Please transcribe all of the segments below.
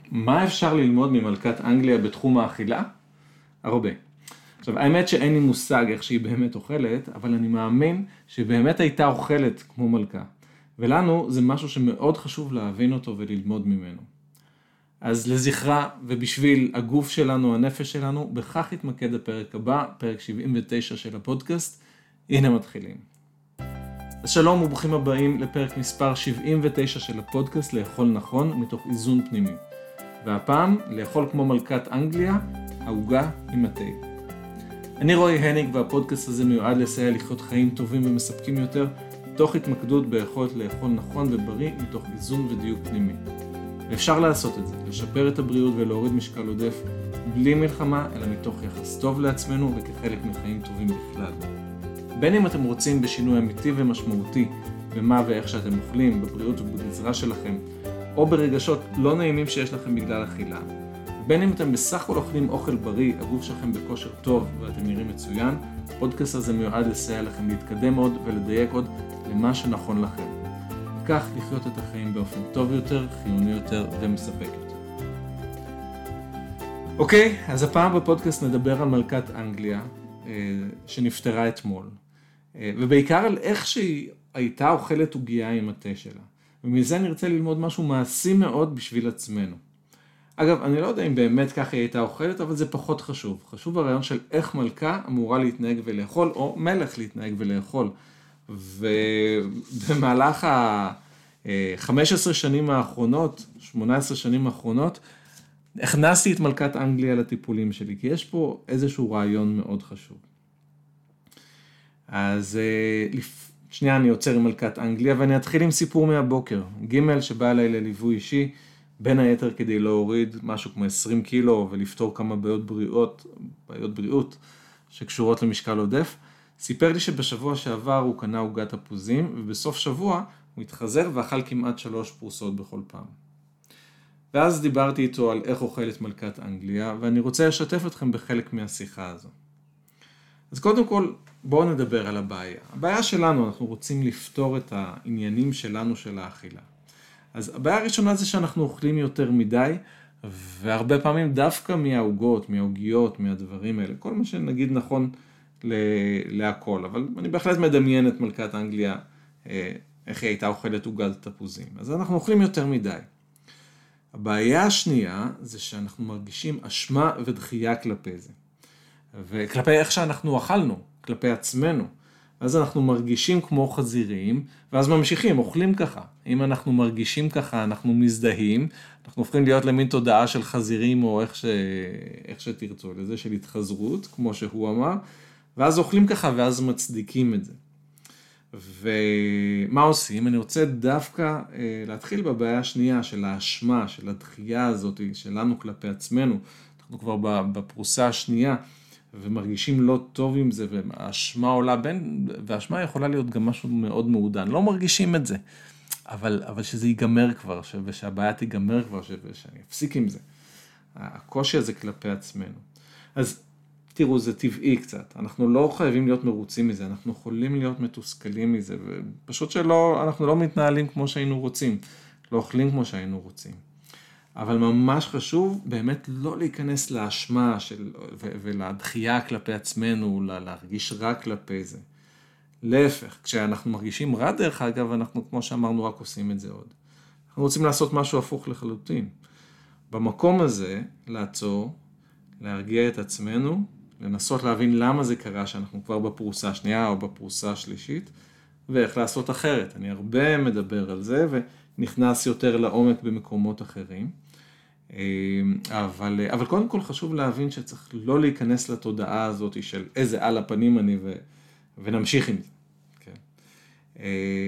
מה אפשר ללמוד ממלכת אנגליה בתחום האכילה? הרבה. עכשיו, האמת שאין לי מושג איך שהיא באמת אוכלת, אבל אני מאמין שבאמת הייתה אוכלת כמו מלכה. ולנו זה משהו שמאוד חשוב להבין אותו וללמוד ממנו. אז לזכרה ובשביל הגוף שלנו, הנפש שלנו, בכך יתמקד הפרק הבא, פרק 79 של הפודקאסט. הנה מתחילים. אז שלום וברוכים הבאים לפרק מספר 79 של הפודקאסט לאכול נכון מתוך איזון פנימי. והפעם לאכול כמו מלכת אנגליה, העוגה עם התה. אני רועי הניג והפודקאסט הזה מיועד לסייע לחיות חיים טובים ומספקים יותר, תוך התמקדות ביכולת לאכול נכון ובריא מתוך איזון ודיוק פנימי. ואפשר לעשות את זה, לשפר את הבריאות ולהוריד משקל עודף, בלי מלחמה, אלא מתוך יחס טוב לעצמנו וכחלק מחיים טובים בכלל. בין אם אתם רוצים בשינוי אמיתי ומשמעותי במה ואיך שאתם אוכלים, בבריאות ובגזרה שלכם, או ברגשות לא נעימים שיש לכם בגלל אכילה, בין אם אתם בסך הכל אוכלים אוכל בריא, הגוף שלכם בכושר טוב ואתם נראים מצוין, הפודקאסט הזה מיועד לסייע לכם להתקדם עוד ולדייק עוד למה שנכון לכם. וכך לחיות את החיים באופן טוב יותר, חיוני יותר ומספק יותר. אוקיי, אז הפעם בפודקאסט נדבר על מלכת אנגליה שנפטרה אתמול. ובעיקר על איך שהיא הייתה אוכלת עוגיה עם התה שלה. ומזה נרצה ללמוד משהו מעשי מאוד בשביל עצמנו. אגב, אני לא יודע אם באמת ככה היא הייתה אוכלת, אבל זה פחות חשוב. חשוב הרעיון של איך מלכה אמורה להתנהג ולאכול, או מלך להתנהג ולאכול. ובמהלך ה-15 שנים האחרונות, 18 שנים האחרונות, הכנסתי את מלכת אנגליה לטיפולים שלי, כי יש פה איזשהו רעיון מאוד חשוב. אז שנייה אני עוצר עם מלכת אנגליה, ואני אתחיל עם סיפור מהבוקר. ג' שבא אליי לליווי אישי, בין היתר כדי להוריד משהו כמו 20 קילו, ולפתור כמה בעיות בריאות שקשורות למשקל עודף. סיפר לי שבשבוע שעבר הוא קנה עוגת תפוזים, ובסוף שבוע הוא התחזר ואכל כמעט 3 פרוסות בכל פעם. ואז דיברתי איתו על איך אוכלת מלכת אנגליה, ואני רוצה לשתף אתכם בחלק מהשיחה הזו. אז קודם כל, בואו נדבר על הבעיה. הבעיה שלנו, אנחנו רוצים לפתור את העניינים שלנו של האכילה. אז הבעיה הראשונה זה שאנחנו אוכלים יותר מדי, והרבה פעמים דווקא מהעוגות, מהעוגיות, מהדברים האלה, כל מה שנגיד נכון להכל. אבל אני בהחלט מדמיין את מלכת אנגליה, איך היא הייתה אוכלת עוגת תפוזים. אז אנחנו אוכלים יותר מדי. הבעיה השנייה זה שאנחנו מרגישים אשמה ודחייה כלפי זה. וכלפי איך שאנחנו אכלנו, כלפי עצמנו. אז אנחנו מרגישים כמו חזירים, ואז ממשיכים, אוכלים ככה. אם אנחנו מרגישים ככה, אנחנו מזדהים, אנחנו הופכים להיות למין תודעה של חזירים, או איך שתרצו לזה, של התחזרות, כמו שהוא אמר, ואז אוכלים ככה, ואז מצדיקים את זה. ומה עושים? אני רוצה דווקא להתחיל בבעיה השנייה של האשמה, של הדחייה הזאת שלנו כלפי עצמנו. אנחנו כבר בפרוסה השנייה, ומרגישים לא טוב עם זה, והאשמה עולה והאשמה יכולה להיות גם משהו מאוד מעודן. לא מרגישים את זה, אבל שזה ייגמר כבר, ושהבעיה תיגמר כבר, שאני אפסיק עם זה. הקושי הזה כלפי עצמנו. אז תראו, זה טבעי קצת. אנחנו לא חייבים להיות מרוצים מזה, אנחנו יכולים להיות מתוסכלים מזה, ופשוט אנחנו לא מתנהלים כמו שהיינו רוצים, לא אוכלים כמו שהיינו רוצים. אבל ממש חשוב באמת לא להיכנס לאשמה ולדחייה כלפי עצמנו, להרגיש רע כלפי זה. להפך, כשאנחנו מרגישים רע דרך אגב, אנחנו כמו שאמרנו רק עושים את זה עוד. אנחנו רוצים לעשות משהו הפוך לחלוטין. במקום הזה לעצור, להרגיע את עצמנו, לנסות להבין למה זה קרה שאנחנו כבר בפרוסה השנייה או בפרוסה השלישית, ואיך לעשות אחרת. אני הרבה מדבר על זה ונכנס יותר לעומק במקומות אחרים. אבל קודם כל חשוב להבין שצריך לא להיכנס לתודעה הזאת של איזה על הפנים אני ונמשיך עם זה. כן.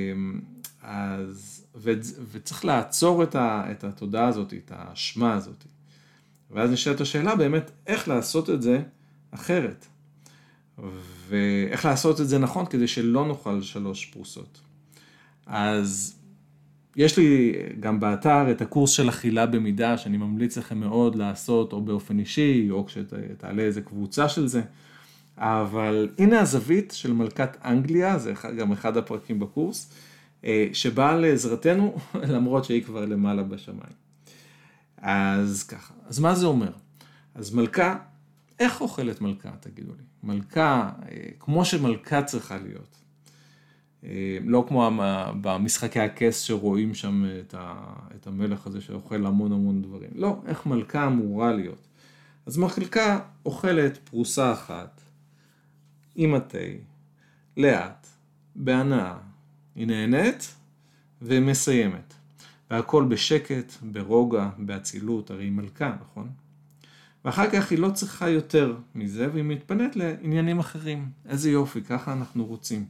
וצריך לעצור את התודעה הזאת, את האשמה הזאת. ואז נשאלת השאלה באמת איך לעשות את זה אחרת. ואיך לעשות את זה נכון כדי שלא נאכל 3 פרוסות. אז יש לי גם באתר את הקורס של אכילה במידה, שאני ממליץ לכם מאוד לעשות, או באופן אישי, או כשתעלה איזה קבוצה של זה. אבל הנה הזווית של מלכת אנגליה, זה גם אחד הפרקים בקורס, שבאה לעזרתנו, למרות שהיא כבר למעלה בשמיים. אז ככה, אז מה זה אומר? אז מלכה, איך אוכלת מלכה, תגידו לי? מלכה, כמו שמלכה צריכה להיות. לא כמו במשחקי הכס שרואים שם את המלך הזה שאוכל המון דברים. לא, איך מלכה אמורה להיות. אז מלכה אוכלת פרוסה אחת, עם התה, לאט, בהנאה. היא נהנית ומסיימת. והכל בשקט, ברוגע, באצילות, הרי היא מלכה, נכון? ואחר כך היא לא צריכה יותר מזה, והיא מתפנית לעניינים אחרים. איזה יופי, ככה אנחנו רוצים.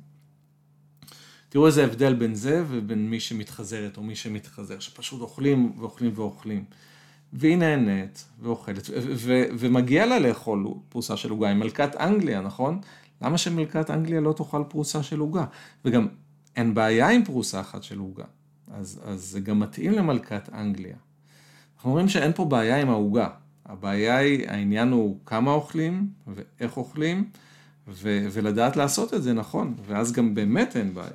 תראו איזה הבדל בין זה ובין מי שמתחזרת או מי שמתחזר, שפשוט אוכלים ואוכלים ואוכלים. והיא נהנית ואוכלת, ומגיע לה לאכול פרוסה של עוגה. היא מלכת אנגליה, נכון? למה שמלכת אנגליה לא תאכל פרוסה של עוגה? וגם אין בעיה עם פרוסה אחת של עוגה. אז זה גם מתאים למלכת אנגליה. אנחנו אומרים שאין פה בעיה עם העוגה. הבעיה היא, העניין הוא כמה אוכלים ואיך אוכלים, ולדעת לעשות את זה נכון, ואז גם באמת אין בעיה.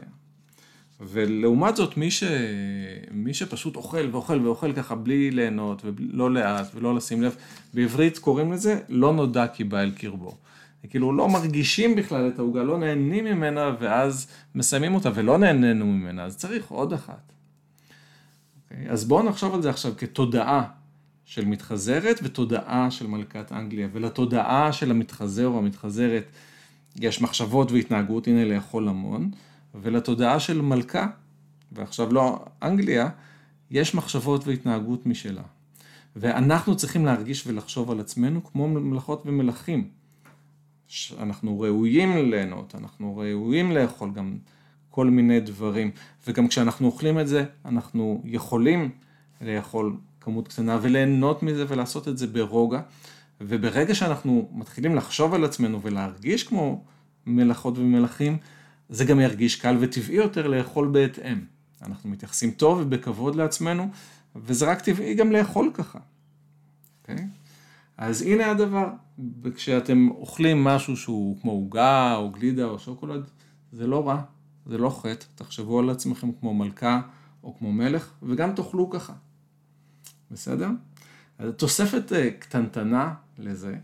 ולעומת זאת, מי שפשוט אוכל ואוכל ואוכל ככה בלי ליהנות ולא לאט ולא לשים לב, בעברית קוראים לזה לא נודע כי בא אל קרבו. כאילו לא מרגישים בכלל את העוגה, לא נהנים ממנה ואז מסיימים אותה ולא נהנינו ממנה, אז צריך עוד אחת. Okay? אז בואו נחשוב על זה עכשיו כתודעה של מתחזרת ותודעה של מלכת אנגליה, ולתודעה של המתחזר או המתחזרת יש מחשבות והתנהגות, הנה לאכול המון, ולתודעה של מלכה, ועכשיו לא אנגליה, יש מחשבות והתנהגות משלה. ואנחנו צריכים להרגיש ולחשוב על עצמנו כמו מלכות ומלכים. אנחנו ראויים ליהנות, אנחנו ראויים לאכול גם כל מיני דברים, וגם כשאנחנו אוכלים את זה, אנחנו יכולים לאכול כמות קטנה וליהנות מזה ולעשות את זה ברוגע, וברגע שאנחנו מתחילים לחשוב על עצמנו ולהרגיש כמו מלכות ומלכים, זה גם ירגיש קל וטבעי יותר לאכול בהתאם. אנחנו מתייחסים טוב ובכבוד לעצמנו, וזה רק טבעי גם לאכול ככה. Okay? אז הנה הדבר, וכשאתם אוכלים משהו שהוא כמו עוגה או גלידה או שוקולד, זה לא רע, זה לא חטא, תחשבו על עצמכם כמו מלכה או כמו מלך, וגם תאכלו ככה. בסדר? אז תוספת קטנטנה לזה,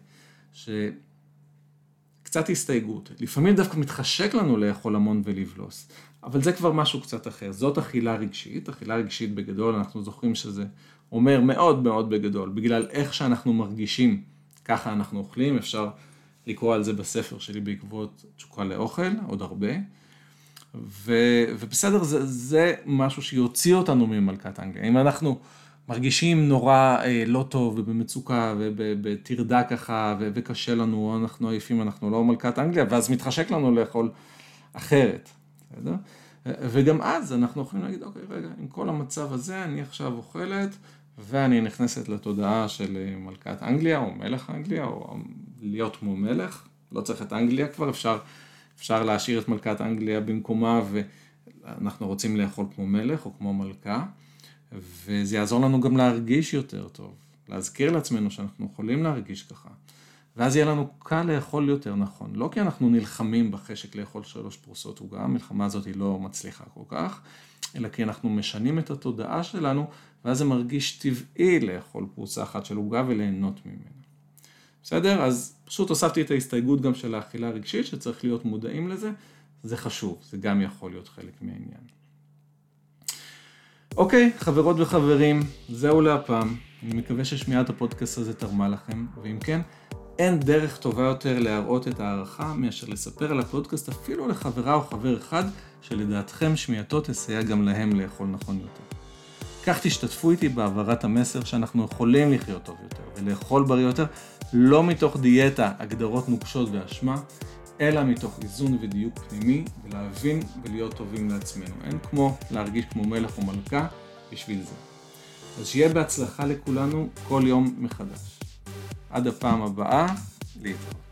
שקצת הסתייגות. לפעמים דווקא מתחשק לנו לאכול המון ולבלוס, אבל זה כבר משהו קצת אחר. זאת אכילה רגשית. אכילה רגשית בגדול, אנחנו זוכרים שזה אומר מאוד מאוד בגדול. בגלל איך שאנחנו מרגישים, ככה אנחנו אוכלים. אפשר לקרוא על זה בספר שלי בעקבות תשוקה לאוכל, עוד הרבה. ובסדר, זה משהו שיוציא אותנו ממלכת אנגליה. אם אנחנו מרגישים נורא לא טוב ובמצוקה ובתרדה ככה וקשה לנו, אנחנו עייפים, אנחנו לא מלכת אנגליה, ואז מתחשק לנו לאכול אחרת. בסדר? וגם אז אנחנו יכולים להגיד, אוקיי, רגע, עם כל המצב הזה אני עכשיו אוכלת, ואני נכנסת לתודעה של מלכת אנגליה או מלך אנגליה, או להיות כמו מלך, לא צריך את אנגליה כבר, אפשר להשאיר את מלכת אנגליה במקומה, ואנחנו רוצים לאכול כמו מלך או כמו מלכה, וזה יעזור לנו גם להרגיש יותר טוב, להזכיר לעצמנו שאנחנו יכולים להרגיש ככה, ואז יהיה לנו קל לאכול יותר נכון, לא כי אנחנו נלחמים בחשק לאכול 3 פרוסות עוגה, המלחמה הזאת היא לא מצליחה כל כך, אלא כי אנחנו משנים את התודעה שלנו, ואז זה מרגיש טבעי לאכול פרוסה אחת של עוגה וליהנות ממנה. בסדר? אז פשוט הוספתי את ההסתייגות גם של האכילה הרגשית, שצריך להיות מודעים לזה, זה חשוב, זה גם יכול להיות חלק מהעניין. אוקיי, חברות וחברים, זהו להפעם. אני מקווה ששמיעת הפודקאסט הזה תרמה לכם, ואם כן, אין דרך טובה יותר להראות את הערכה מאשר לספר על הפודקאסט אפילו לחברה או חבר אחד, שלדעתכם שמיעתו תסייע גם להם לאכול נכון יותר. כך תשתתפו איתי בעברת המסר שאנחנו יכולים לחיות טוב יותר ולאכול בריא יותר, לא מתוך דיאטה, הגדרות נוקשות ואשמה, אלא מתוך איזון ודיוק פנימי, ולהבין ולהיות טובים לעצמנו. אין כמו להרגיש כמו מלך או מלכה בשביל זה. אז שיהיה בהצלחה לכולנו כל יום מחדש. עד הפעם הבאה, להתראות.